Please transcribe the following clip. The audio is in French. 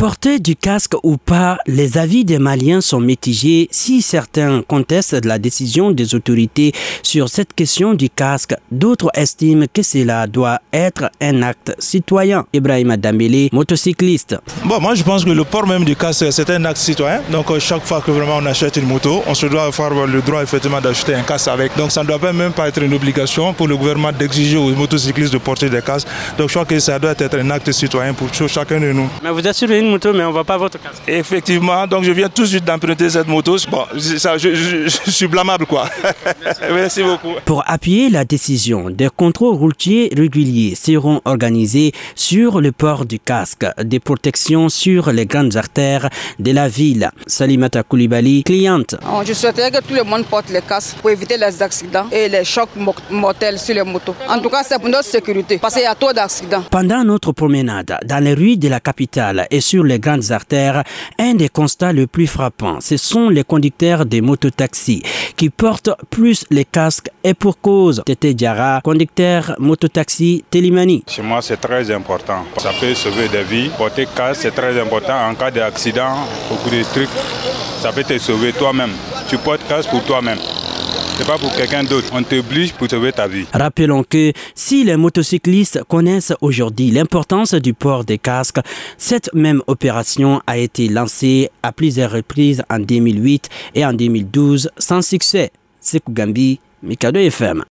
Porter du casque ou pas, les avis des Maliens sont mitigés. Si certains contestent la décision des autorités sur cette question du casque, d'autres estiment que cela doit être un acte citoyen. Ibrahima Dambélé, motocycliste. Bon, moi je pense que le port même du casque, c'est un acte citoyen. Donc chaque fois que vraiment on achète une moto, on se doit avoir le droit effectivement d'acheter un casque avec. Donc ça ne doit même pas être une obligation pour le gouvernement d'exiger aux motocyclistes de porter des casques. Donc je crois que ça doit être un acte citoyen pour chacun de nous. Mais vous êtes sur une moto, mais on ne voit pas votre casque. Effectivement, donc je viens tout de suite d'emprunter cette moto. Bon, je suis blâmable quoi. Merci beaucoup. Pour appuyer la décision, des contrôles routiers réguliers seront organisés sur le port du casque, des protections sur les grandes artères de la ville. Salimata Koulibaly, cliente. Je souhaiterais que tout le monde porte les casques pour éviter les accidents et les chocs mortels sur les motos. En tout cas, c'est pour notre sécurité, parce qu'il y a trop d'accidents. Pendant notre promenade dans les rues de la capitale et sur les grandes artères, un des constats les plus frappants, ce sont les conducteurs des mototaxis qui portent plus les casques et pour cause. Tété Diarra, conducteur mototaxi Télimani. Chez moi, c'est très important. Ça peut sauver des vies. Porter casque, c'est très important. En cas d'accident, beaucoup de trucs, ça peut te sauver toi-même. Tu portes casque pour toi-même. C'est pas pour quelqu'un d'autre. On t'oblige pour sauver ta vie. Rappelons que si les motocyclistes connaissent aujourd'hui l'importance du port des casques, cette même opération a été lancée à plusieurs reprises en 2008 et en 2012 sans succès. Sekou Gambi, Mikado FM.